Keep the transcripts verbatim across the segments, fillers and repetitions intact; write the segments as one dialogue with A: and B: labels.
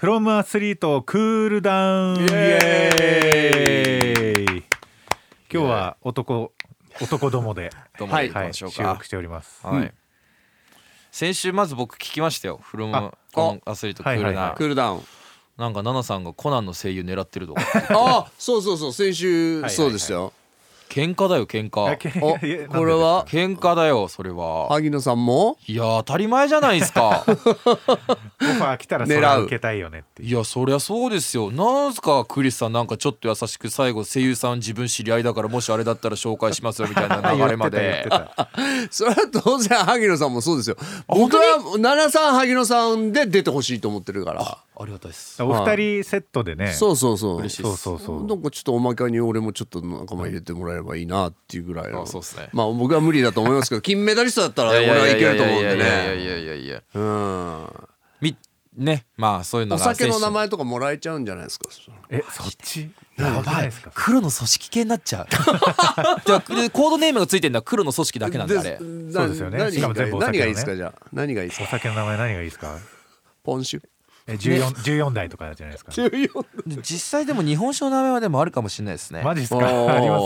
A: フロムアスリートクールダウンイエーイ。今日は男男どもで
B: どうも、はい、はい、
A: 収録しております、
B: はい、うん、先週まず僕聞きましたよ。フロムアスリートクールダウン、はいはいはい、
C: クールダウン
B: なんかナナさんがコナンの声優狙ってるとか
C: あ、そうそうそう、先週、はいはいはい、そうですよ。
B: 喧嘩だよ喧嘩。
C: お、これは
B: 喧嘩だよそれは。
C: 萩野さんも
B: いや当たり前じゃないですか。
A: オファー来たらそれを受けたいよねっていう。
B: いやそりゃそうですよ。なんすかクリスさん、なんかちょっと優しく最後声優さん自分知り合いだからもしあれだったら紹介しますよみたいな流れまで
C: それは当然萩野さんもそうですよ。僕は奈良さん萩野さんで出てほしいと思ってるから。あ、
B: ありがたいです。
A: お二人セットでね。
C: そうそうそう、
B: 嬉しいです。
C: そうそうそう。なんかちょっとおまけに俺もちょっと仲間入れてもらえればいいなっていうぐらいの。
B: あ、そうですね。
C: まあ僕は無理だと思いますけど金メダリストだったら俺はいけると思うんでね。いや
B: いやいやいやいや、うん、みね、まあそういうのが
C: お酒の名前とかもらえちゃうんじゃないですか。
A: え、そっち
B: やばい、黒の組織系になっちゃう。じゃあコードネームがついてるのは黒の組織だけなんだあれ。
A: そうですよね。しかも全部お酒のね。
C: 何がいいですか。じゃあ何がいいですか。
A: お酒の名前何がいいですか。
C: ポンシュ。
A: え、じゅうよん、じゅうよん代とかじゃないですか。
C: じゅうよん
B: 実際でも日本酒の名前はでもあるかもしれないですね。
A: マジですか。あります。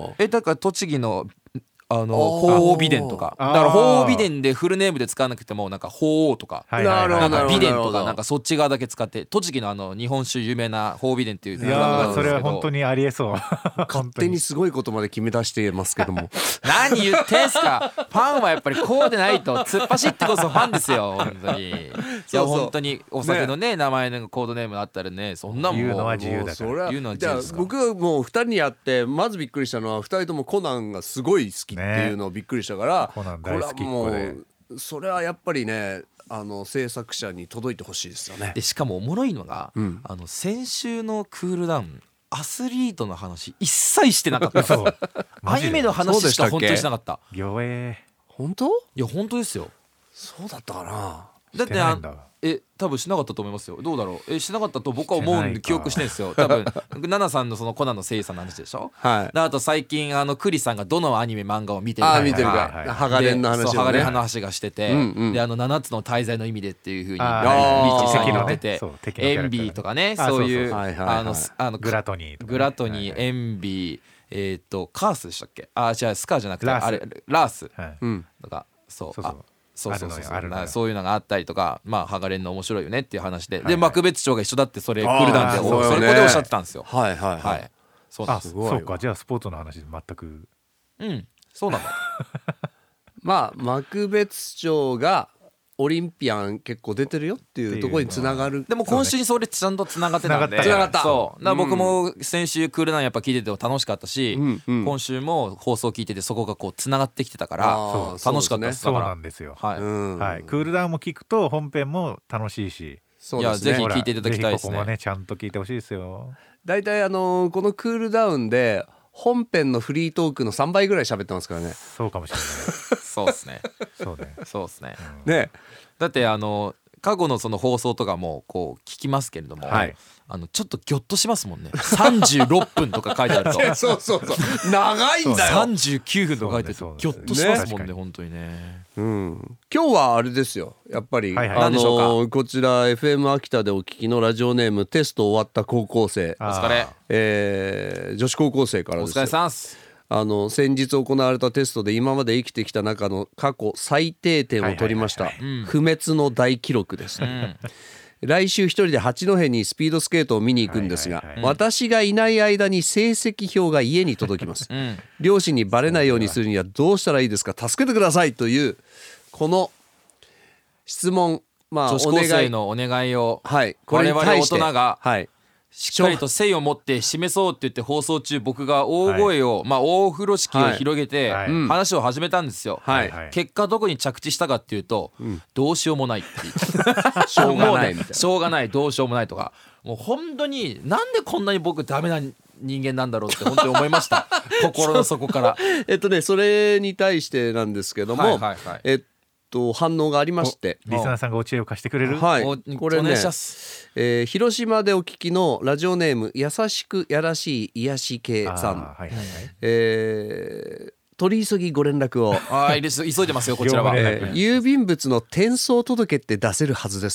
B: え、だから栃木のあの鳳凰美伝とかだから鳳凰美伝でフルネームで使わなくてもなんか鳳凰とかなんか美伝とかなんかそっち側だけ使って栃木のあの日本酒有名な鳳凰美伝っていうブランドがあるんですけど。
A: それは本当にありえそう。
C: 勝手にすごいことまで決め出してますけども
B: 何言ってんすか。ファンはやっぱりこうでないと突っ走ってこそファンですよ本当に。いや本当にお酒のね名前のコードネームあったらねそんなもん
A: 言うのは自由だから。
B: 言うのは自由ですか。
C: 僕はもうふたりに会ってまずびっくりしたのはふたりともコナンがすごい好きっていうのをびっくりしたから、
A: コナン大好きっ子で、
C: それはやっぱりねあの制作者に届いてほしいですよね。
B: でしかもおもろいのが、
C: うん、
B: あの先週のクールダウンアスリートの話一切してなかったそうアニメの話しか本当にしなかった。
A: 魚影
C: 本当？
B: いや本当ですよ。
C: そうだったかな。
B: だってあえ多分しなかったと思いますよ。どうだろう。えしなかったと僕は思うんで記憶してるんですよ。多分ナナさんのそのコナンの声優さんの話でしょ。
C: はい。
B: あと最近あのクリさんがどのアニメ漫画を見てるか。
C: あ見てるか。ハガレンの話をね。
B: ハガレンの話がしてて、うんうん、であのななつの大罪の意味でっていう風にリ
A: ッ
B: チさん言ってて、エンビーとかねそういうあのあの
A: グラトニー
B: グラトニーエンビーえっとカースでしたっけ。あじゃあスカーじゃなくてあれラースとかそう。そうそうそうそうそういうのがあったりとか、まあハガレンの面白いよねっていう話で、で幕別町が一緒だってそれクールダウンでそこでおっしゃってたんですよ。
C: はいはいはい。
B: そうなんです。
A: そうか、じゃあスポーツの話全く。
B: うんそうなんだ。
C: まあ幕別町がオリンピアン結構出てるよっていうところにつながる。
B: でも今週にそれちゃんとつながってたんで、
C: つながった。
B: そうだから僕も先週クールダウンやっぱ聞いてて楽しかったし、うんうん、今週も放送聞いててそこがこうつながってきてたから楽しかったです。
A: そうなんですよ。
B: はい、
A: うんはい、クールダウンも聞くと本編も楽しいし、
B: そうですね、いやぜひ聞いていただきたいですね。
A: ここもねちゃんと聞いてほしいですよ。
C: だいたいあのー、このクールダウンで本編のフリートークのさんばいぐらい喋ってますからね。
A: そうかもしれない。
B: そうですね。
A: そうね。
B: そうですね。
C: うん、ね。
B: だってあの過去のその放送とかもこう聞きますけれども、はい、あのちょっとギョッとしますもんね。さんじゅうろっぷんとか書いてあると
C: そうそうそう長いんだよ。
B: さんじゅうきゅうふんとか書いてあるとギョッとしますもんね、ね本当にね。
C: うん、今日はあれですよやっぱり、
B: はいはい、
C: あのー、こちら エフエム 秋田でお聞きのラジオネームテスト終わった高校生、
B: お疲れ、
C: えー、女子高校生からですよ。
B: お疲れさんす。
C: あの先日行われたテストで今まで生きてきた中の過去最低点を取りました。不滅の大記録です、うん、来週一人で八戸にスピードスケートを見に行くんですが、はいはいはい、私がいない間に成績表が家に届きます、うん、両親にバレないようにするにはどうしたらいいですか、助けてくださいというこの質問、まあ、
B: 女子高生のお願いを、
C: はい、
B: これ我々大人が、
C: はい、
B: しっかりと誠意を持って示そうって言って放送中僕が大声を、はい、まあ大風呂敷を広げて話を始めたんですよ、はいはい、結果どこに着地したかっていうと、うん、どうしようもないって言って
C: しょうがないみたいな
B: しょうがないどうしようもないとか、もう本当になんでこんなに僕ダメな人間なんだろうって本当に思いました心の底から
C: えっとねそれに対してなんですけども、はいはいはい、えっと反応がありまして、
A: リスナーさんがお知恵を貸してくれる、
C: はい、これね、えー、広島でお聞きのラジオネーム優しくやらしい癒し系さん、はいはいはい、えー、取り急ぎご連絡を。
B: あ急いでますよこちらは、
C: えー、郵便物の転送届って出せるはずですよ。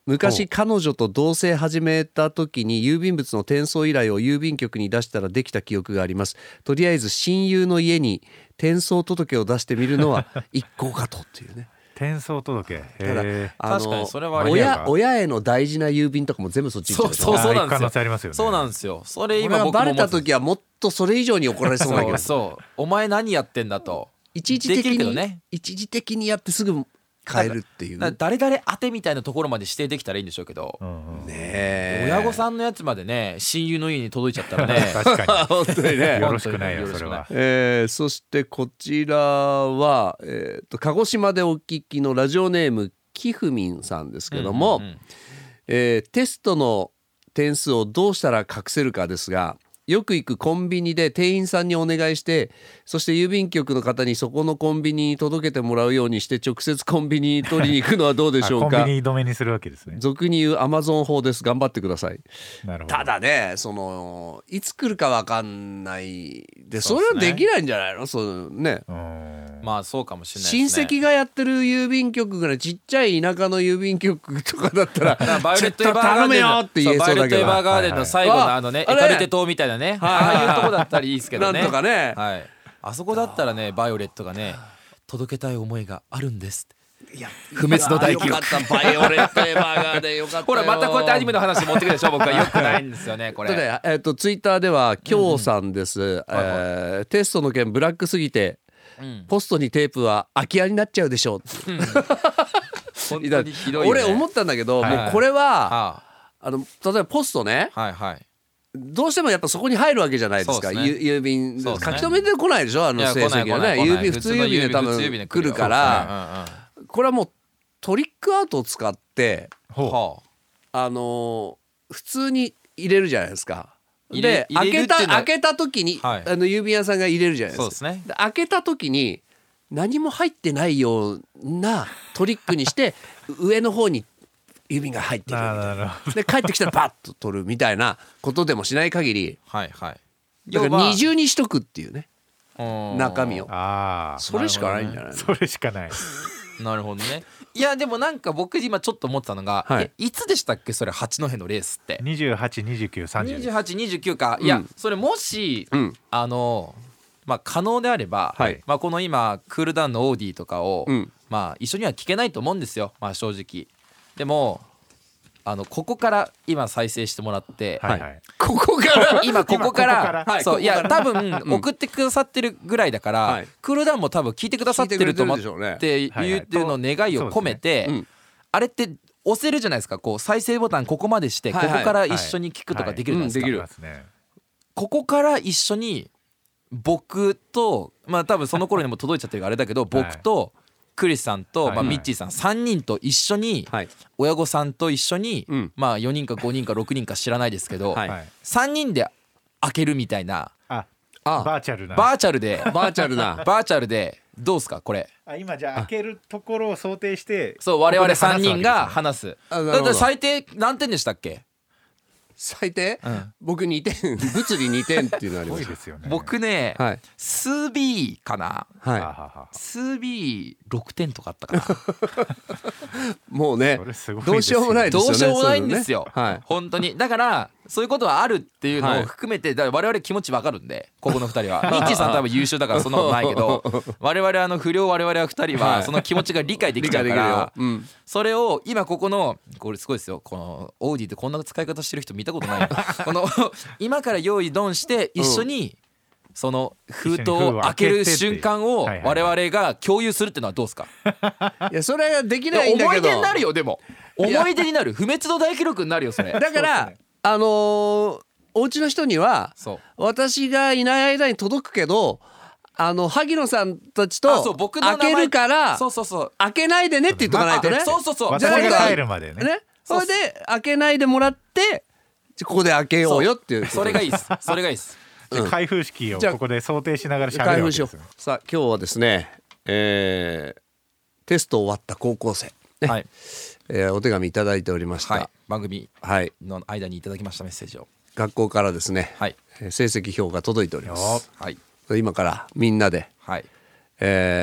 C: 昔彼女と同棲始めた時に郵便物の転送依頼を郵便局に出したらできた記憶があります。とりあえず親友の家に転送届を出してみるのは一向かとっていうね。
A: 転送届。
C: ただあの
B: 確かにそれは
C: 親親への大事な郵便とかも全部そっちに行っちゃう
B: そうそうそうなんですよ。
A: 可能性ありますよね。
B: そうなんですよ。それ
C: 今
B: 今僕も
C: バレた時はもっとそれ以上に怒られそうだけど、
B: そうそうお前何やってんだと
C: 一時的
B: できるけど
C: に、
B: ね、
C: 一時的にやってすぐ変えるっていう、
B: だから誰々当てみたいなところまで指定できたらいいんでしょうけど、
A: うんうん、
C: ねえ
B: 親御さんのやつまでね親友の家に届いちゃったらね
A: 確かに
C: 本当にね
A: よろしくないよそれは。
C: えー、そしてこちらは、えー、と鹿児島でお聞きのラジオネームきふみんさんですけども、
B: うんうんうん
C: えーテストの点数をどうしたら隠せるかですが、よく行くコンビニで店員さんにお願いして、そして郵便局の方にそこのコンビニに届けてもらうようにして直接コンビニに取りに行くのはどうでしょうか。
A: コンビニ止めにするわけですね。
C: 俗に言うアマゾン法です。頑張ってください。
A: なるほど。
C: ただね、そのいつ来るか分かんないで、そ
B: そうっすね
C: れはできないんじゃないの。そうね、
A: うーん
B: まあそうかもしれない
C: 親
B: ですね。
C: 戚がやってる郵便局ぐらいちっちゃい田舎の郵便局とかだったら
B: だからバイオレットエヴァーガ
C: 頼
B: ーデンの
C: めよって言え
B: バイオレットエ
C: そうだけど、
B: ヴァーガーデンの最後のあのね
C: あ
B: エカルテ島みたいなね、ああいうとこだったらいいですけどね。
C: なんとかね、
B: はい。あそこだったらねバイオレットがね届けたい思いがあるんです。
C: いや
B: 不滅の大記録
C: よかったバイオレットエヴァーガーデンよかったよ。
B: ほらまたこうやってアニメの話持ってくるでしょ。僕はよくないんですよねこれ。
C: とね、えっとツイッターでは京さんです、えーテストの件ブラックすぎて、
B: うん
C: ポストにテープは空き家になっちゃうでしょうって
B: 本当にひどいよね。
C: 俺思ったんだけど、
A: はい
C: もうこれは
B: は
C: あの例えばポストね、
B: あはいはい。
C: どうしてもやっぱそこに入るわけじゃないですか。
B: そうですね
C: ゆ郵便、
B: そうですね
C: 書き留めてこないでしょ、あの
B: いや
C: 成績はね。
B: 来ない来ない
C: 郵便普通郵便で多
B: 普通郵便で
C: 分来るから、これはもうトリックアートを使って、
A: ほう
B: は
C: あのー普通に入れるじゃないですか。
B: 入れ
C: で開け
B: 入れるっていうのは
C: た開けた時に、
B: はい
C: あの郵便屋さんが入れるじゃないですか。
B: そうですね。
C: で開けた時に何も入ってないようなトリックにして上の方に郵便が入ってるみたいな。
A: なるほど。
C: で帰ってきたらパッと取るみたいなことでもしない限り、
B: はいはい。
C: だから二重にしとくっていうね、
B: 要は
C: 中身を。
A: ああ、
C: それしかないんじゃないの。
A: それしかない。
B: なるほどね。いやでもなんか僕今ちょっと思ってたのが、
C: はい
B: えいつでしたっけそれ八戸のレースって。
A: 二十八、二十九、三十。
B: にじゅうはち、にじゅうきゅうか。いや、
C: うん
B: それもし、
C: うん
B: あのまあ可能であれば、
C: はい
B: まあこの今クールダウンのオーディとかを、
C: うん
B: まあ一緒には聞けないと思うんですよ。まあ正直。でもあのここから今再生してもらって、
A: はいはい。
C: ここから
B: 今ここから
A: 今ここから
C: はい
B: そういや
C: ここから
B: 多分送ってくださってるぐらいだから、
C: はい
B: クールダウンも多分聞いてくださってると思っ
C: 聞いてくれてるでしょうね
B: て言ってるの願いを込めて、
C: うん
B: あれって押せるじゃないですか。こう再生ボタンここまでして、
C: はいはい
B: ここから一緒に聞くとかできるじゃないですか、
C: はいうんできる
A: ますね。
B: ここから一緒に僕とまあ多分その頃にも届いちゃってるからあれだけど、僕とクリスさんと、
A: はい
B: まあ、ミッチーさんさんにんと一緒に、
C: はい
B: 親御さんと一緒に、
C: うん
B: まあよにんかごにんかろくにんか知らないですけど、
C: はい
A: はい。
B: さんにんで開けるみたいな
A: あ、
C: あ
A: バーチャルな。
B: バーチャルで
C: バーチャルな
B: バーチャルでどうすかこれ。
A: あ、今じゃあ開けるところを想定して。
B: そう我々さんにんが
A: ここで
B: 話す。
C: あなるほど
B: だって最低何点でしたっけ。
C: 最低、
B: うん
C: 僕にてん物理にてんっていうのあります
A: 話すわけですよ。すごいですよね。
B: 僕ね、
C: はい
B: 数 B かな。
C: は
A: ははは
B: 数 ビーろくてんとかあったかな。
C: いもうね
A: それすごいですよ
C: どうしようもないですよね。
B: どうしようもないんですよ、
C: そういうのねはい
B: 本当に。だからそういうことはあるっていうのを含めて、だから我々気持ちわかるんで、ここのふたりはミッチーさん多分優秀だからそんなことないけど、我々あの不良我々はふたり
C: は
B: はいその気持ちが理解でき
C: 理
B: ちゃうか
C: 解できるよ
B: ら、。
C: うん
B: それを今ここのこれすごいですよ、このオーディってこんな使い方してる人見たことないよこの今から用意ドンして一緒にその封筒を開ける瞬間を我々が共有するっていうのはどうですか。
C: いやそれはできないんだけど。
B: 思い出になるよ。でも
C: いや
B: 思い出になる不滅の大記録になるよそれ。
C: だから、
A: そうですね
C: あのーお家の人には
B: そう
C: 私がいない間に届くけど、あの萩野さんたち
B: あそ
C: と
B: う僕の名前
C: 開けるから
B: そうそうそう
C: 開けないでねって言っとかないとね。
B: あそうそうそう。
A: 私が帰るまでね。
C: ね。そ
B: そう
C: れで開けないでもらってここで開けようよっていう。
B: それがいいですそれがいいです。
A: で開封式を
C: じゃあ
A: ここで想定しながら喋るわ
C: 開封しよう
A: けですよ。。
C: さあ今日はですね、えーテスト終わった高校生、ね
B: はい
C: えーお手紙いただいておりました。
B: はい、番組
C: はい、
B: の間にいただきましたメッセージを。
C: 学校からですね、
B: はい
C: えー成績表が届いております。
B: はい
C: 今からみんなで、
B: はい
C: えー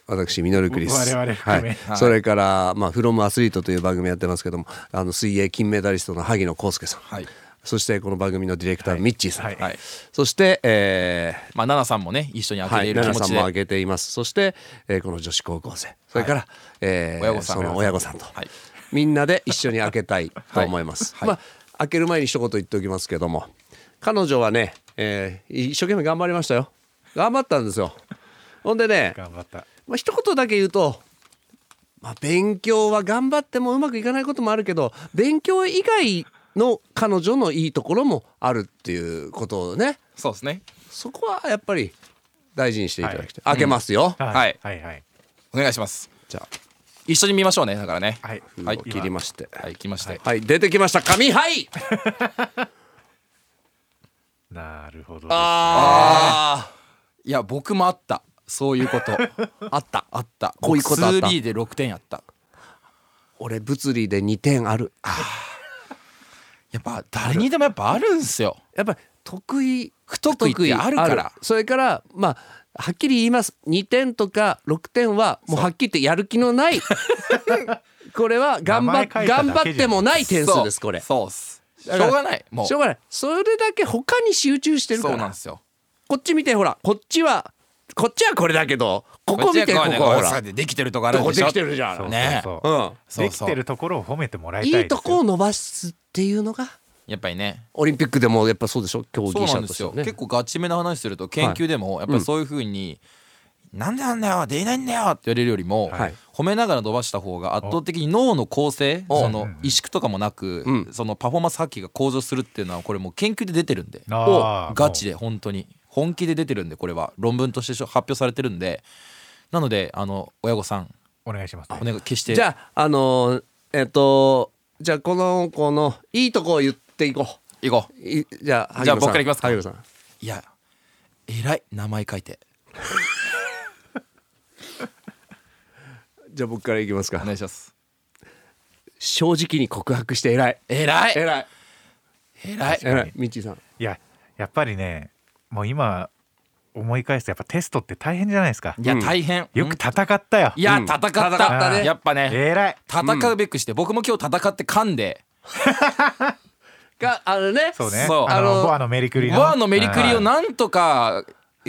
C: 私ミノルクリス、
A: 我々含め、
C: はい、それからまあフロムアスリートという番組やってますけども、あの水泳金メダリストの萩野公介さん、はい、そしてこの番組のディレクターのミッチーさん、はいはい、そして、えー、
B: まあ奈々さんもね一緒に開けている気持ちで、
C: 奈々さんも開けています。そして、えー、この女子高校生、それから、はい、えー、親御さん、その親御さんと、はい、みんなで一緒に開けたいと思います、はいはい、まあ開ける前に一言言っておきますけども、彼女はね、えー、一生懸命頑張りましたよ。頑張ったんですよ。ほんでね、
A: 頑張った、
C: まあ、一言だけ言うと、まあ、勉強は頑張ってもうまくいかないこともあるけど、勉強以外の彼女のいいところもあるっていうことをね、
B: そうですね、
C: そこはやっぱり大事にしていただきたい、はい、開けますよ、
B: うん、はい、はいはいはい、お願いします。じゃあ一緒に見ましょうね。だからね、
C: はい、はい、切りまして、
B: はい、来まして、
C: はい、出てきました紙、はい
A: なるほどですね。
C: あ
B: あ、いや僕もあった、そういうこと
C: あった
B: あった、
C: こういうことあった。
B: ツービー でろくてんやった。
C: 俺物理でにてんある。あ、
B: やっぱ誰にでもやっぱあるんすよ。
C: やっぱり得意
B: 不得意ってあるから。
C: それからまあはっきり言います、にてんとかろくてんはもうはっきり言ってやる気のないこれは頑張っ頑張ってもない点数です。これ
B: そうっす、しょうがない、もう
C: しょうがない。それだけ他に集中してるから。
B: そうなんですよ。
C: こっち見て、ほら、こっちはこっちはこれだけど、ここ見て、ここほら
B: できてるとこあるでしょ。
C: できてるじゃん
A: ね。できてるところを褒めてもらいたいですよ。
C: いいとこを伸ばすっていうのが
B: やっぱりね、
C: オリンピックでもやっぱそうでしょ、競技者としてね。
B: そうなんですよ。結構ガチめな話すると研究でもやっぱりそういう風に、はい、なんでなんだよできないんだよって言われるよりも、はい、褒めながら伸ばした方が圧倒的に脳の構成、その萎縮とかもなく、うん、そのパフォーマンス発揮が向上するっていうのはこれもう研究で出てるんで、ガチで本当に本気で出てるんで、これは論文として発表されてるんで、なのであの親御さん
A: お願いします。
B: お願い決して。
C: じゃああのー、えっとじゃあこの子のいいとこを言っていこう。
B: いこう。
C: いじゃあ
B: じゃあ僕からいきますか。
C: 萩野さん。
B: いや、えらい名前書いて。
C: じゃあ僕からいきますか。
B: お願いします。
C: 正直に告白してえらい。
B: えらい。
C: えらい。
B: えらい。
C: えらい。みっちーさん。
A: いややっぱりね、もう今思い返すとやっぱテストって大変じゃないですか。
B: いや大変、
A: よく戦ったよ。
B: いや戦った、戦ったね。やっぱね、
A: えらい
B: 戦うべくして、僕も今日戦って噛んで
C: があのね、
A: そうね、あのボアのメリクリの
B: ボアのメリクリをなんとか秒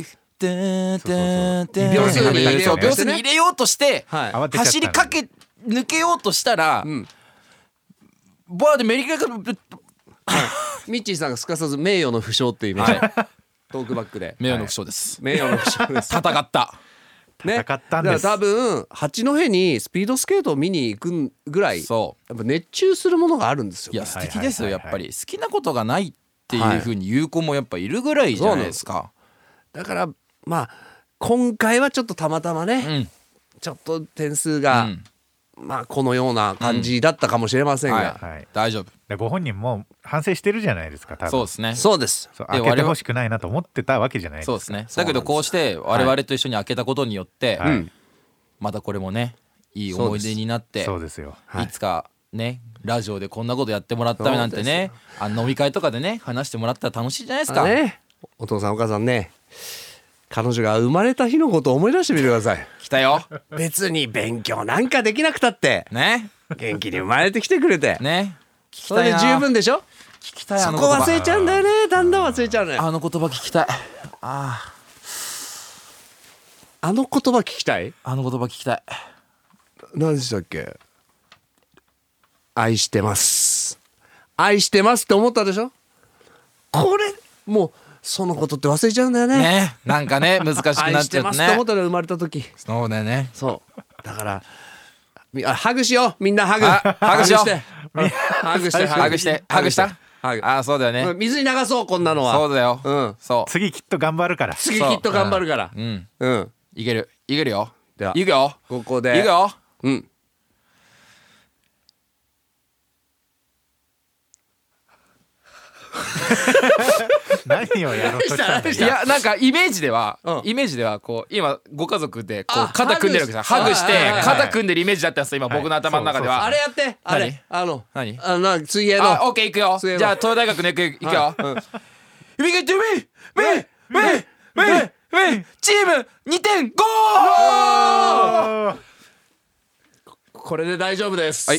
B: 数に入れよう秒数に入れようとして走りかけ抜けようとしたら、ボアでメリクリが
C: ミッチーさんがすかさず名誉の負傷っていう、はい、トークバックで
B: 名誉の負傷です、
C: はい、名誉の負傷です。
B: 戦った
A: ね、戦ったんです。
C: だから多分八戸にスピードスケートを見に行くぐらい、そうやっぱ熱中するものがあるんですよ。
B: いや素敵ですよ、やっぱり好きなことがないっていう風に言う子もやっぱいるぐらいじゃないですか、はい、
C: だからまあ今回はちょっとたまたまね、うん、ちょっと点数が、うん、まあこのような感じだったかもしれませんが、うん
B: はいはい、大丈夫。
A: でご本人も反省してるじゃないですか。多分
B: そうですね。
C: そうです。
A: 開けてほしくないなと思ってたわけじゃないですか。
B: そうですね。だけどこうして我々と一緒に開けたことによって、はい、またこれもねいい思い出になって、
A: そうですよ、
B: はい、いつかねラジオでこんなことやってもらったなんてね、あの飲み会とかでね話してもらったら楽しいじゃないですか、
C: ね、お父さんお母さんね、彼女が生まれた日のことを思い出してみてください。
B: 来たよ。
C: 別に勉強なんかできなくたってね、元気に生まれてきてくれてね、聞きたいな。それで十分でしょ。
B: 聞きたい。
C: そこ忘れちゃうんだよね。だんだん忘れちゃうね。
B: あの言葉聞きたい。あ
C: あの言葉聞きたい。
B: あの言葉聞きたい。
C: 何でしたっけ。愛してます愛してますって思ったでしょ。これもうそのことって忘れちゃうんだよね。
B: ね、なんかね難しくなっちゃってね。愛してますって思ったの生まれた時。 そうだよね。
C: そうだからあハグしようみんな。ハグ
B: ハグしよう。
C: ハグして
B: ハグしてハグした。あそうだよね。
C: 水に流そうこんなのは。
B: そうだよ、うん、そう
A: 次きっと頑張るから。
C: 次きっと頑張るからうんうん
B: いけるいけるよ。
C: ではい
B: くよ
C: ここで
B: いくよ。
C: うん
A: 何をやろうとしたんだ。
B: いやなんかイメージでは、うん、イメージではこう今ご家族でこう肩組んでるわけですよ。ハグして肩組んでるイメージだったんですよ今僕の頭の中では。
C: あれやってあれあの
B: 何
C: あの水泳の。
B: あオッケーいくよ。じゃあ東大学の行くよ。We can do me me me me me チームにてんゴー。
C: これで大丈夫です。
B: はい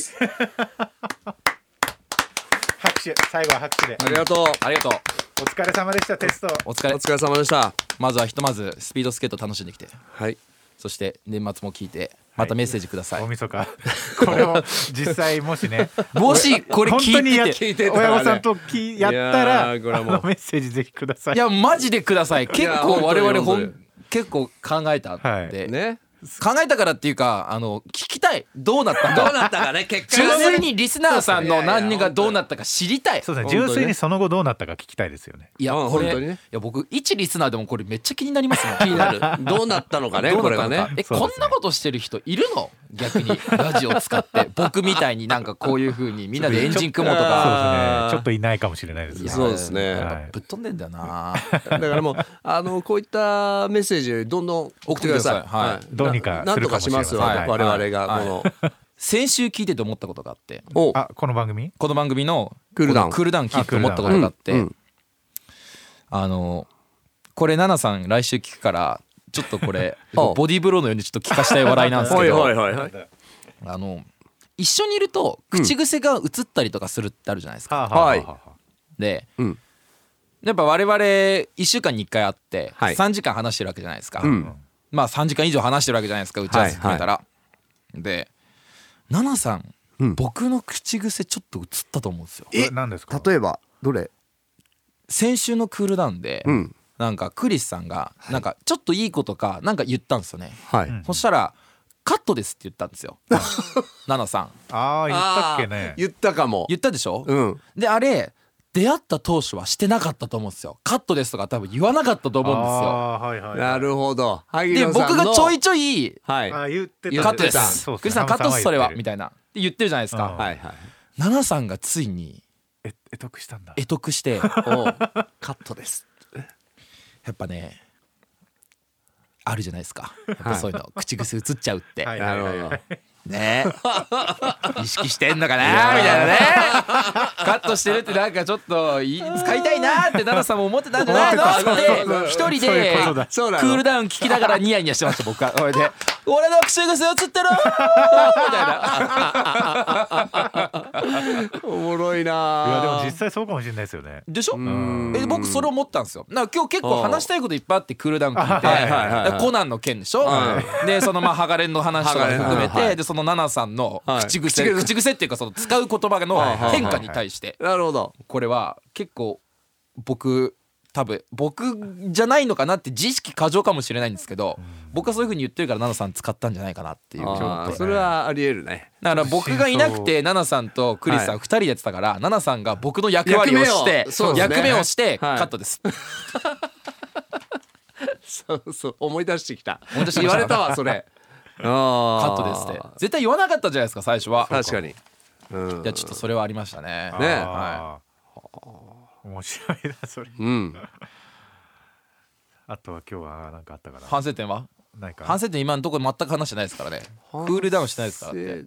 A: 拍手、最後は拍手で。
C: ありがとう。
B: ありがとう。
A: お疲れ様でした。テスト
B: お疲れ。
C: お疲れ様でした。
B: まずはひとまずスピードスケート楽しんできて、
C: はい、
B: そして年末も聞いてまたメッセージください。
A: 大晦日これを実際もしね
B: もしこれ聞いてて
C: 聞いてたらね、
A: 親御さんときやったら、
C: いやこれはもう
A: あのメッセージぜひください。
B: いやマジでください。結構我々ほ
C: いや
B: ん結構考えたんで、
A: はい
C: ね、
B: 考えたからっていうかあの聞きたい、どうなったか
C: どうなったかね、結果
B: 純
C: がね
B: 粋にリスナーさんの何人がどうなったか知りたい。
A: そうですね、
C: 本当にね
A: 純粋にその後どうなったか聞きたいですよね。
B: いや
C: うん
B: これ、
C: 本当にね、
B: いや僕一リスナーでもこれめっちゃ気になりますもん。
C: 気になる。どうなったのかね、
B: どう
C: これが
B: なったのか。
C: ね。
B: え、
A: そうですね
B: こんなことしてる人いるの？逆にラジオ使って僕みたいになんかこういう風にみんなでエンジン組もうと
A: そう
B: か。
A: ですね、ちょっといないかもしれないですね。
C: そうですね
A: はい
B: ぶっ飛んでんだよな。
C: だからもうあのこういったメッセージどんどん送ってください。
B: 送ってくださいはい
A: どうにか
C: な
A: するかもしれません
C: なんとかしますわ、
B: はい
C: 我々が
B: はい
C: この、
B: 先週聞いてて思ったことがあって、
C: お
A: あ、この番組
B: この番組の
C: クールダウン
B: このクールダウン聞いてて思ったことがあって、
C: うんうん
B: あのこれナナさん来週聞くからちょっとこれ
C: お
B: ボディーブローのようにちょっと聞かしたい笑いなんですけど、
C: はいはいはいはい。
B: あの一緒にいると口癖が映ったりとかするってあるじゃないですか。
A: はあはあはあはあ
B: で、
C: うん
B: やっぱ我々いっしゅうかんにいっかい会って
C: はい
B: さんじかん話してるわけじゃないですか、
C: うん
B: まあさんじかん以上話してるわけじゃないですか、打ち合わせ含めたら、でナナさん、
C: うん
B: 僕の口癖ちょっと映ったと思うんですよ。
A: これ何ですか？
C: 例えばどれ？
B: 先週のクールダウンで、
C: うん
B: なんかクリスさんがなんかちょっといいことかなんか言ったんですよね、
C: はい。
A: うん
B: そしたらカットですって言ったんですよナナさん
A: ああ、言ったっけね。
C: 言ったかも。
B: 言ったでしょ、
C: うん。
B: であれ出会った当初はしてなかったと思うんですよ。カットですとか多分言わなかったと思うんですよ。
A: あーはいはいはい。
C: なるほど。萩
B: で
C: 野さんの
B: 僕がちょいちょい
C: はい。
A: あー言ってた。
C: 言ってた
B: カットです
A: そうっすね
B: クリスさんカットっすそれはみ
A: い
B: たいなって言ってるじゃないです
A: うん
B: か。
C: はいはい。
B: ナナさんがついに
A: え、得得したんだ。
B: 得得して
C: おカットです。
B: やっぱねあるじゃないですか、やっぱそういうの口癖映っちゃうって、
A: はい
C: なるほど。
B: ねえ意識してんのかなみたいなねカットしてるってなんかちょっとい使いたいなって奈々さんも思ってたんじゃないのって一人で
A: そういうことだ
B: ク
C: そうなの
B: ールダウン聞きながらニヤニヤしてました僕は。それで俺の口癖映ってるみたいな
C: おもろい
A: いや
C: な。
A: でも実際そうかもしれないですよね。
B: でしょ。
C: ん
B: え僕それ思ったんですよ。なんか今日結構話したいこといっぱいあってクールダウン聞いて、
A: はいはいはい
C: はい
B: だからコナンの件でしょ、
C: は
B: でそのまあハガレンの話とか含めて、
C: はい
B: でそのナナさんの
C: はい
B: 口癖、
C: 口癖
B: 口癖っていうかその使う言葉の変化に対して、
C: なるほど。
B: これは結構僕多分僕じゃないのかなって自意識過剰かもしれないんですけど、僕はそういう風に言ってるからナナさん使ったんじゃないかなっていう。
C: あ
A: ちょっとね
C: ーそれはありえるね。
B: だから僕がいなくてナナさんとクリスさんふたりでやってたから、ナナさんが僕の役割をして
C: 役目をそうですね
B: 役目をしてカ
C: はい
B: ットです。
C: そうそう思い出してきた。
B: 思い出してきました
C: 言われたわそれ。あ
B: カ
C: ー
B: ットですって絶対言わなかったじゃないですか最初は。
C: 確かに。うん
B: いやちょっとそれはありましたね。
C: ね
A: あー面白いなそれ。
C: うん。
A: あとは今日は何かあったかな。
B: 反省点は
A: ないか。
B: 反省点今のところ全く話してないですからね。クールダウンしてないですからって。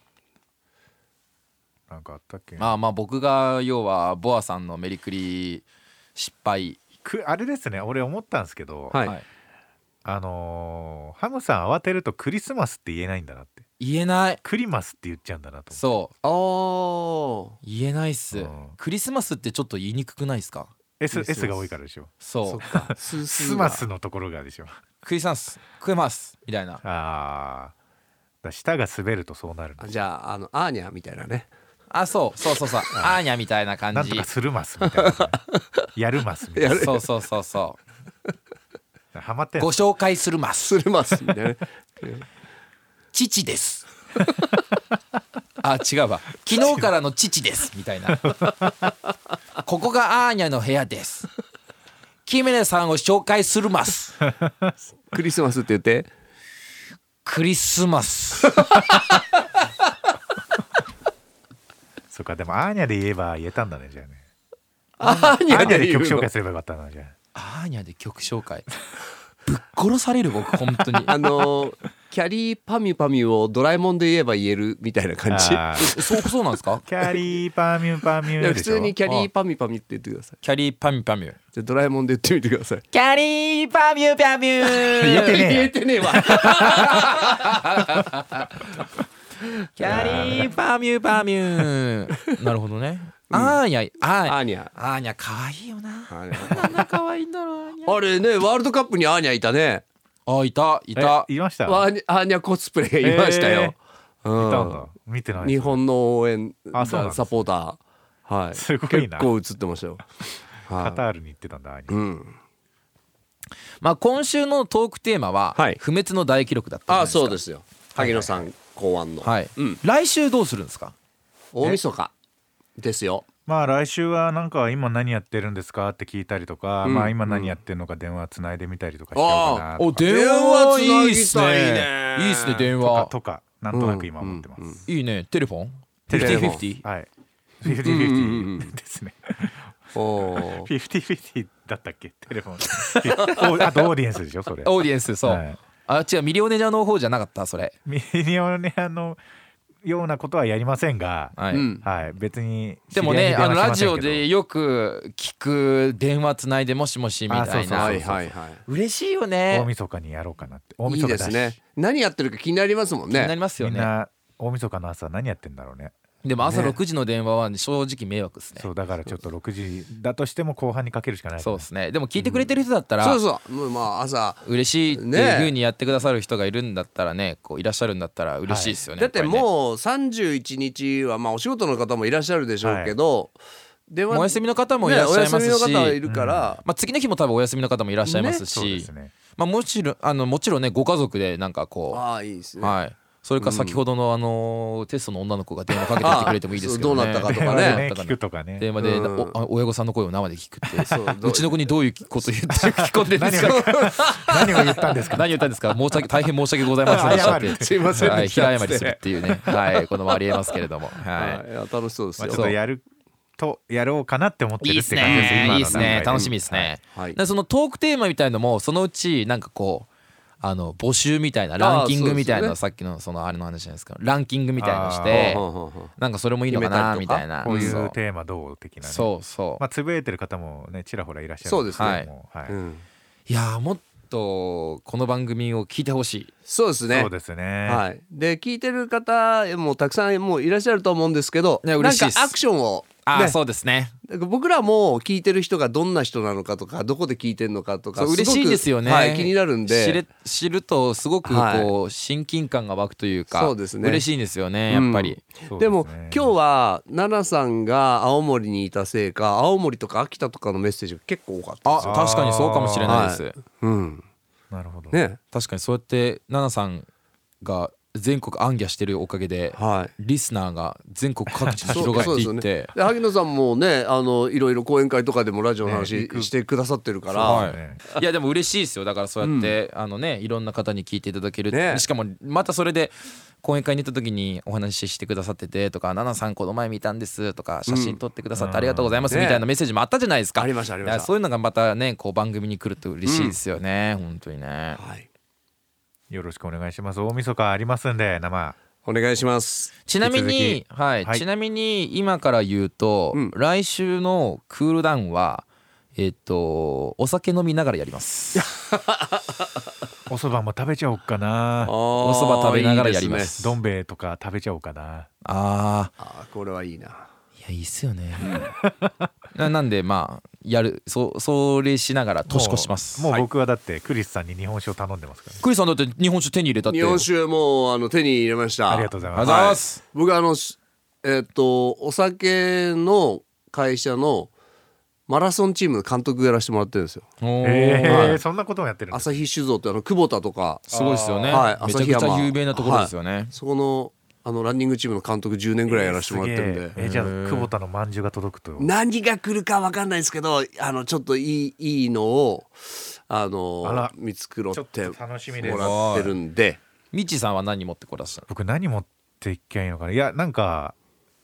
A: なんかあったっけ。
B: まあまあ僕が要はボアさんのメリクリ失敗、
A: くあれですね。俺思ったんですけど、
C: はい
B: はい
A: あのーハムさん慌てるとクリスマスって言えないんだなって。
B: 言えない。
A: クリマスって言っちゃうんだなと思って。
B: そう
C: あー
B: 言えないっす、
A: うん
B: クリスマスってちょっと言いにくくないですか。
A: S,
C: クリスマス
A: S が多いからでしょ。
B: そう
C: そっか。ス
A: スマスのところがでしょ。
B: クリスマス食えますみたいな。
A: ああ。だ舌が滑るとそうなるの。
C: じゃああのアーニャみたいなね。
B: あそうそうそうそうアーニャみたいな感じ
A: なんとかするますみたいなね。やるますみたいな。
B: そうそうそうそう
A: ハマってんの
B: ご紹介するます
C: するますみたいなね。
B: 父ですあ違うわ昨日からの父ですみたいなここがアーニャの部屋ですキメネさんを紹介するます
C: クリスマスって言って。
B: クリスマス
A: そっか、でもアーニャで言えば言えたんだね、じゃあね。
C: アーニ
A: アーニャで曲紹
C: 言うの
A: 介すればよかったな、じゃ
B: アーニャで曲紹介ぶっ殺される僕本当に
C: あのーキャリーパミュパミュをドラえもんで言えば言えるみたいな感じ。
B: そうそうなんですか？
A: キャリーパミュパミュでしょ。
C: 普通にキャリーパミュパミュって言ってください。
B: キャリーパミュパミュ。
C: じゃドラえもんで言ってみてください。
B: キャリーパミュパミュ。
A: 言えてねえ。
C: 言えてねえわ。
B: キャリーパミュパミュ。なるほどね。あーにゃ、あーにゃ、あーにゃ可愛いよな。なんで可愛いんだろう。
C: あれね、ワールドカップにアーニャいたね。
B: あ、いたいた。
A: いました。
C: アーニャコスプレがいましたよ。
A: いたんだ。見てない。
C: 日本の応援サポーター。はい。
A: すごいな。
C: 結構映ってましたよ。
A: カタールに行ってたんだ。
C: うん。
B: まあ今週のトークテーマは不滅の大記録だったじゃないですか。
C: あ、そうですよ。萩野さん考案の。
B: はい。来週どうするんですか？
C: 大晦日ですよ。
A: まあ来週はなんか今何やってるんですかって聞いたりとか、まあ今何やってるのか電話つないでみたりとかしようかな。
B: お、電話いいっすね。いいっすね、電話
A: とかなんとなく今思ってます。
B: いいね。テレフォン？フィフティフィフティ？
A: はい。フィフティフィフティですね。おフィフティフィフティだったっけテレフォン。あとオーディエンスでしょそれ。
B: オーディエンス、そう。あ、違う、ミリオネアの方じゃなかったそれ。
A: ミリオネアのようなことはやりませんが、はい、はい、別に
B: でもね、あのラジオでよく聞く電話つないでもしもしみたいな、嬉しいよね。
A: 大晦日にやろうかなって。
C: 大晦日だしいいですね。何やってるか気になりますもんね。
B: 気になりますよね。
A: みんな大晦日の朝何やってんだろうね。
B: でも朝ろくじの電話は正直迷惑ですね。
A: そうだからちょっとろくじだとしても後半にかけるしかない。
B: そうですね。でも聞いてくれてる人だったら、
C: そうそう、まあ朝
B: 嬉しいっていう風にやってくださる人がいるんだったらね、こういらっしゃるんだったら嬉しいですよね。
C: だってもうさんじゅういちにちはまあお仕事の方もいらっしゃるでしょうけど、
B: 電話お休みの方もいらっしゃいますし、
C: お休みの方いるから、
B: まあ次の日も多分お休みの方もいらっしゃいますし、まあもちろんあのもちろんねご家族でなんかこう、
C: ああいいですね。
B: はい。それか先ほどのあのテストの女の子が電話かけてきてくれてもいいですけどね。
C: どうなったかとかね。
A: 聞くとかね。
B: 電話で親御さんの声を生で聞くって。うちの子にどういうこと言って聞き込んでるんですか。
A: 何を言ったんですか。
B: 何を言ったんですか。申し訳大変申し訳ございませんでしたって。
C: すいません。
B: はい、平謝りするっていうね。はい、こともありえますけれども。はい。
C: 楽しそうですよ。
A: ちょっとやるとやろうかなって思ってるって感じ
B: です。いいですね。楽しみですね。そのトークテーマみたいのもそのうちなんかこう。あの募集みたいなランキングみたいな、さっきのそのあれの話じゃないですか、ランキングみたいのしてなんかそれもいいのかなみたいな、
A: こういうテーマどう的なね。
B: そうそう、
A: まあつぶやいてる方もねちらほらいらっしゃる。
C: そうですね。
B: いやもっとこの番組を聞いてほしい。
C: そうですね。
A: そうですね。
C: はい。で聞いてる方もたくさんもういらっしゃると思うんですけど、なんかアクションを
B: あ、そうですね。
C: 僕らも聞いてる人がどんな人なのかとかどこで聞いてるのかとか
B: 嬉しいですよね、
C: はい、気になるんで
B: 知れ知るとすごくこう、はい、親近感が湧くというか、
C: そうですね、
B: 嬉しいんですよねやっぱり、
C: うん、でも今日は奈々さんが青森にいたせいか青森とか秋田とかのメッセージが結構多かったですよ。
B: あ、確かにそうかもしれないです、はい、
C: うん、
A: なるほど
C: ね。
B: 確かにそうやって奈々さんが全国行脚してるおかげで、はい、リスナーが全国各地に広がっていって、
C: で萩野さんもねあのいろいろ講演会とかでもラジオの話してくださってるから、
B: はい、いやでも嬉しいですよ。だからそうやって、うん、あのねいろんな方に聞いていただける、ね、しかもまたそれで講演会に行った時にお話ししてくださっててとか、奈々さんこの前見たんですとか写真撮ってくださってありがとうございますみたいなメッセージもあったじゃないですか、
C: ね、ありましたありました。
B: そういうのがまたねこう番組に来ると嬉しいですよね、うん、本当にね、
C: はい、
A: よろしくお願いします。大晦日ありますんで生
C: お願いします。
B: ちなみに、はい、はい、ちなみに今から言うと、うん、来週のクールダウンはえっとお酒飲みながらやります
A: お蕎麦も食べちゃおうかな。
B: お蕎麦食べながらやります。
A: どん兵衛とか食べちゃおうかな。
B: あ
C: あ、これはいいな。い
B: やいいっすよねな, なんでまあやる そ, それしながら年越します。
A: もう僕はだってクリスさんに日本酒を頼んでますから、ね、
B: クリスさんだって日本酒手に入れたって。
C: 日本酒もうあの手に入れました。
A: ありがとうございます。はい、
C: 僕あのえー、っとお酒の会社のマラソンチームの監督やらせてもらってるんですよ。
A: へー、はい、そんなこともやってるんですか。
C: 朝日酒造ってあの久保田とか
B: すごいですよね、
C: はい、
B: めちゃくちゃ有名なところですよね、はい、
C: そこのあのランニングチームの監督じゅうねんぐらいやらせてもらってるんで、
A: えー、じゃあ久保田のまんじゅうが届くと
C: 何が来るか分かんないですけど、あのちょっといい、いいのをあのあ見繕ってもらってるんで。
B: ミッチーさんは何持ってこらっしゃる。
A: 僕何持っていきゃいいのかな。いやなんか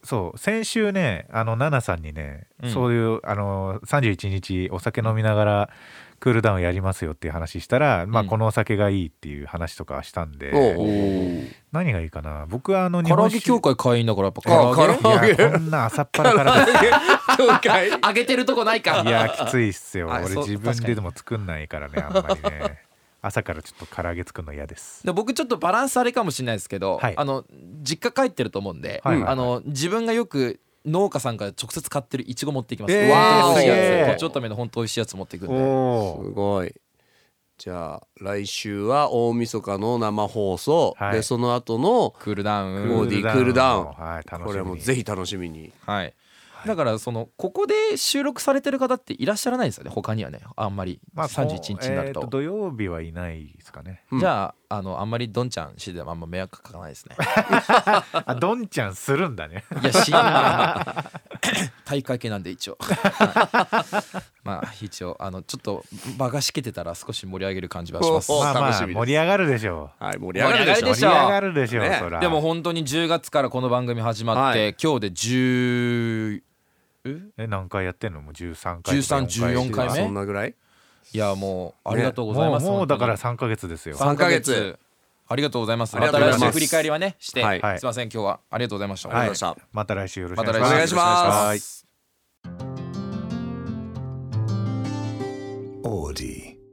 A: そう先週ねあのナナさんにね、うん、そういうあのさんじゅういちにちお酒飲みながらクールダウンやりますよっていう話したら、うん、まあこのお酒がいいっていう話とかしたんで、うん、何がいいかな。僕はあの
B: 日本酒唐揚げ協会会員だからやっぱ唐揚
A: げいやこんな朝っぱらからです
B: 協会上げてるとこないか。
A: いやきついっすよ俺自分ででも作んないからねあんまりね朝からちょっと唐揚げ作るの嫌です。
B: で僕ちょっとバランスあれかもしれないですけど、はい、あの実家帰ってると思うんで、はいはいはい、あの自分がよく農家さんから直接買ってるいちご持っていきます。えー、わー美味しいやつとちおとめの本当美味しいやつ持っていくんで。
C: すごい。じゃあ来週は大晦日の生放送、はい、でその後の
B: クールダウン
C: ボディクールダウン、
A: はい、
C: これもぜひ楽しみに。
B: はい。だからそのここで収録されてる方っていらっしゃらないですよね他にはねあんまり、まあ、さんじゅういちにちになると、
A: えー、と土曜日はいないですかね、
B: うん、じゃあ、 あのあんまりドンちゃんしてでもあんま迷惑かかないですね
A: あドンちゃんするんだね。
B: いやし大会系なんで一応まあ一応あのちょっと場がしけてたら少し盛り上げる感じはします。
A: まあまあ盛り上がるでしょう。
C: はい盛り上がるでしょう。
A: 盛り上がるでしょう、ね、そら
B: でも本当にじゅうがつからこの番組始まって、はい、今日でじゅう
A: え何回やってんのもうじゅうさんかい
B: じゅうさん、じゅうよんかいめ
C: そんなぐらい。
B: いやもうありがとうございます、
A: ね、もう、もうだからさんかげつですよ。
B: さんかげつありがとうございます。また来週振り返りはねして、はい、すいません今日はありがとうございました、
A: はい、また来週よろしくお願いします。
B: また来週よろしくお願いします。
C: オーディ